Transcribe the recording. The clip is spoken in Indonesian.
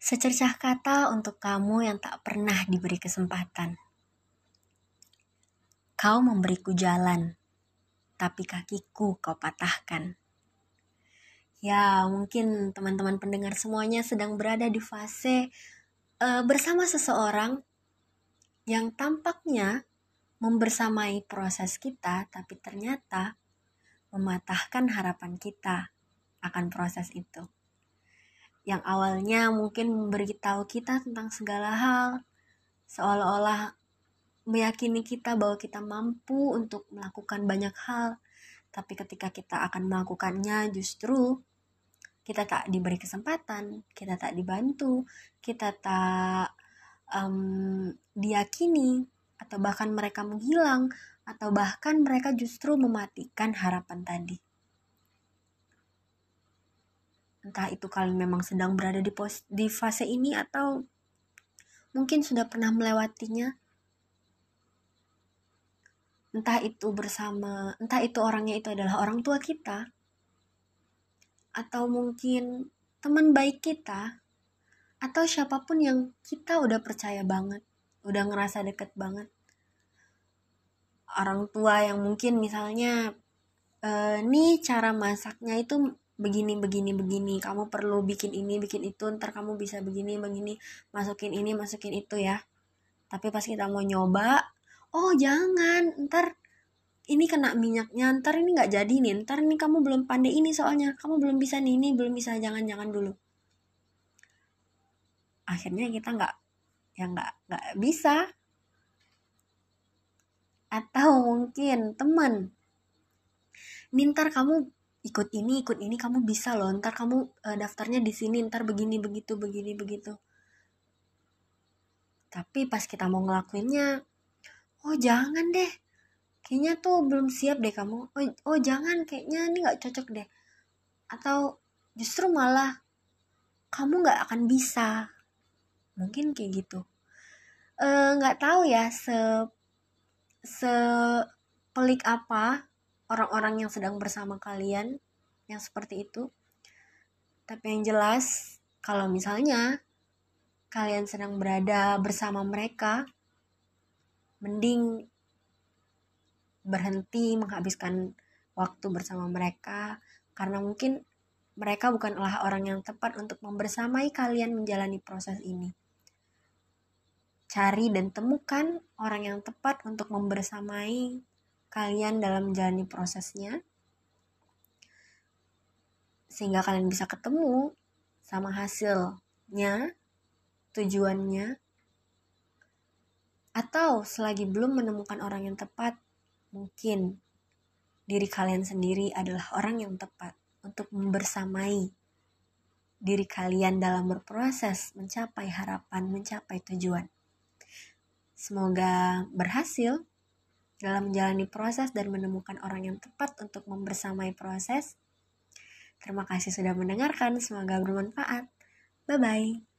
Secercah kata untuk kamu yang tak pernah diberi kesempatan. Kau memberiku jalan, tapi kakiku kau patahkan. Ya, mungkin teman-teman pendengar semuanya sedang berada di fase bersama seseorang yang tampaknya membersamai proses kita, tapi ternyata mematahkan harapan kita akan proses itu. Yang awalnya mungkin memberitahu kita tentang segala hal, seolah-olah meyakini kita bahwa kita mampu untuk melakukan banyak hal, tapi ketika kita akan melakukannya justru kita tak diberi kesempatan, kita tak dibantu, kita tak diyakini, atau bahkan mereka menghilang, atau bahkan mereka justru mematikan harapan tadi. Entah itu kalian memang sedang berada di fase ini atau mungkin sudah pernah melewatinya. Entah itu orangnya itu adalah orang tua kita, atau mungkin teman baik kita, atau siapapun yang kita udah percaya banget, udah ngerasa deket banget. Orang tua yang mungkin misalnya, nih cara masaknya itu begini, kamu perlu bikin ini, bikin itu, ntar kamu bisa begini, masukin ini, masukin itu ya. Tapi pas kita mau nyoba, oh jangan, ntar ini kena minyaknya, ntar ini gak jadi nih, ntar ini kamu belum pandai ini soalnya, kamu belum bisa nih, ini belum bisa, jangan dulu. Akhirnya kita gak bisa. Atau mungkin teman, nih ntar kamu ikut ini kamu bisa loh, ntar kamu daftarnya di sini, ntar begini begitu. Tapi pas kita mau ngelakuinnya, oh jangan deh, kayaknya tuh belum siap deh kamu, oh jangan, kayaknya ini gak cocok deh, atau justru malah kamu gak akan bisa. Mungkin kayak gitu. Gak tahu ya sepelik apa orang-orang yang sedang bersama kalian yang seperti itu. Tapi yang jelas, kalau misalnya kalian sedang berada bersama mereka, mending berhenti menghabiskan waktu bersama mereka, karena mungkin mereka bukanlah orang yang tepat untuk membersamai kalian menjalani proses ini. Cari dan temukan orang yang tepat untuk membersamai kalian dalam menjalani prosesnya, sehingga kalian bisa ketemu sama hasilnya, tujuannya. Atau selagi belum menemukan orang yang tepat, mungkin diri kalian sendiri adalah orang yang tepat untuk membersamai diri kalian dalam berproses mencapai harapan, mencapai tujuan. Semoga berhasil dalam menjalani proses dan menemukan orang yang tepat untuk membersamai proses. Terima kasih sudah mendengarkan, semoga bermanfaat. Bye-bye.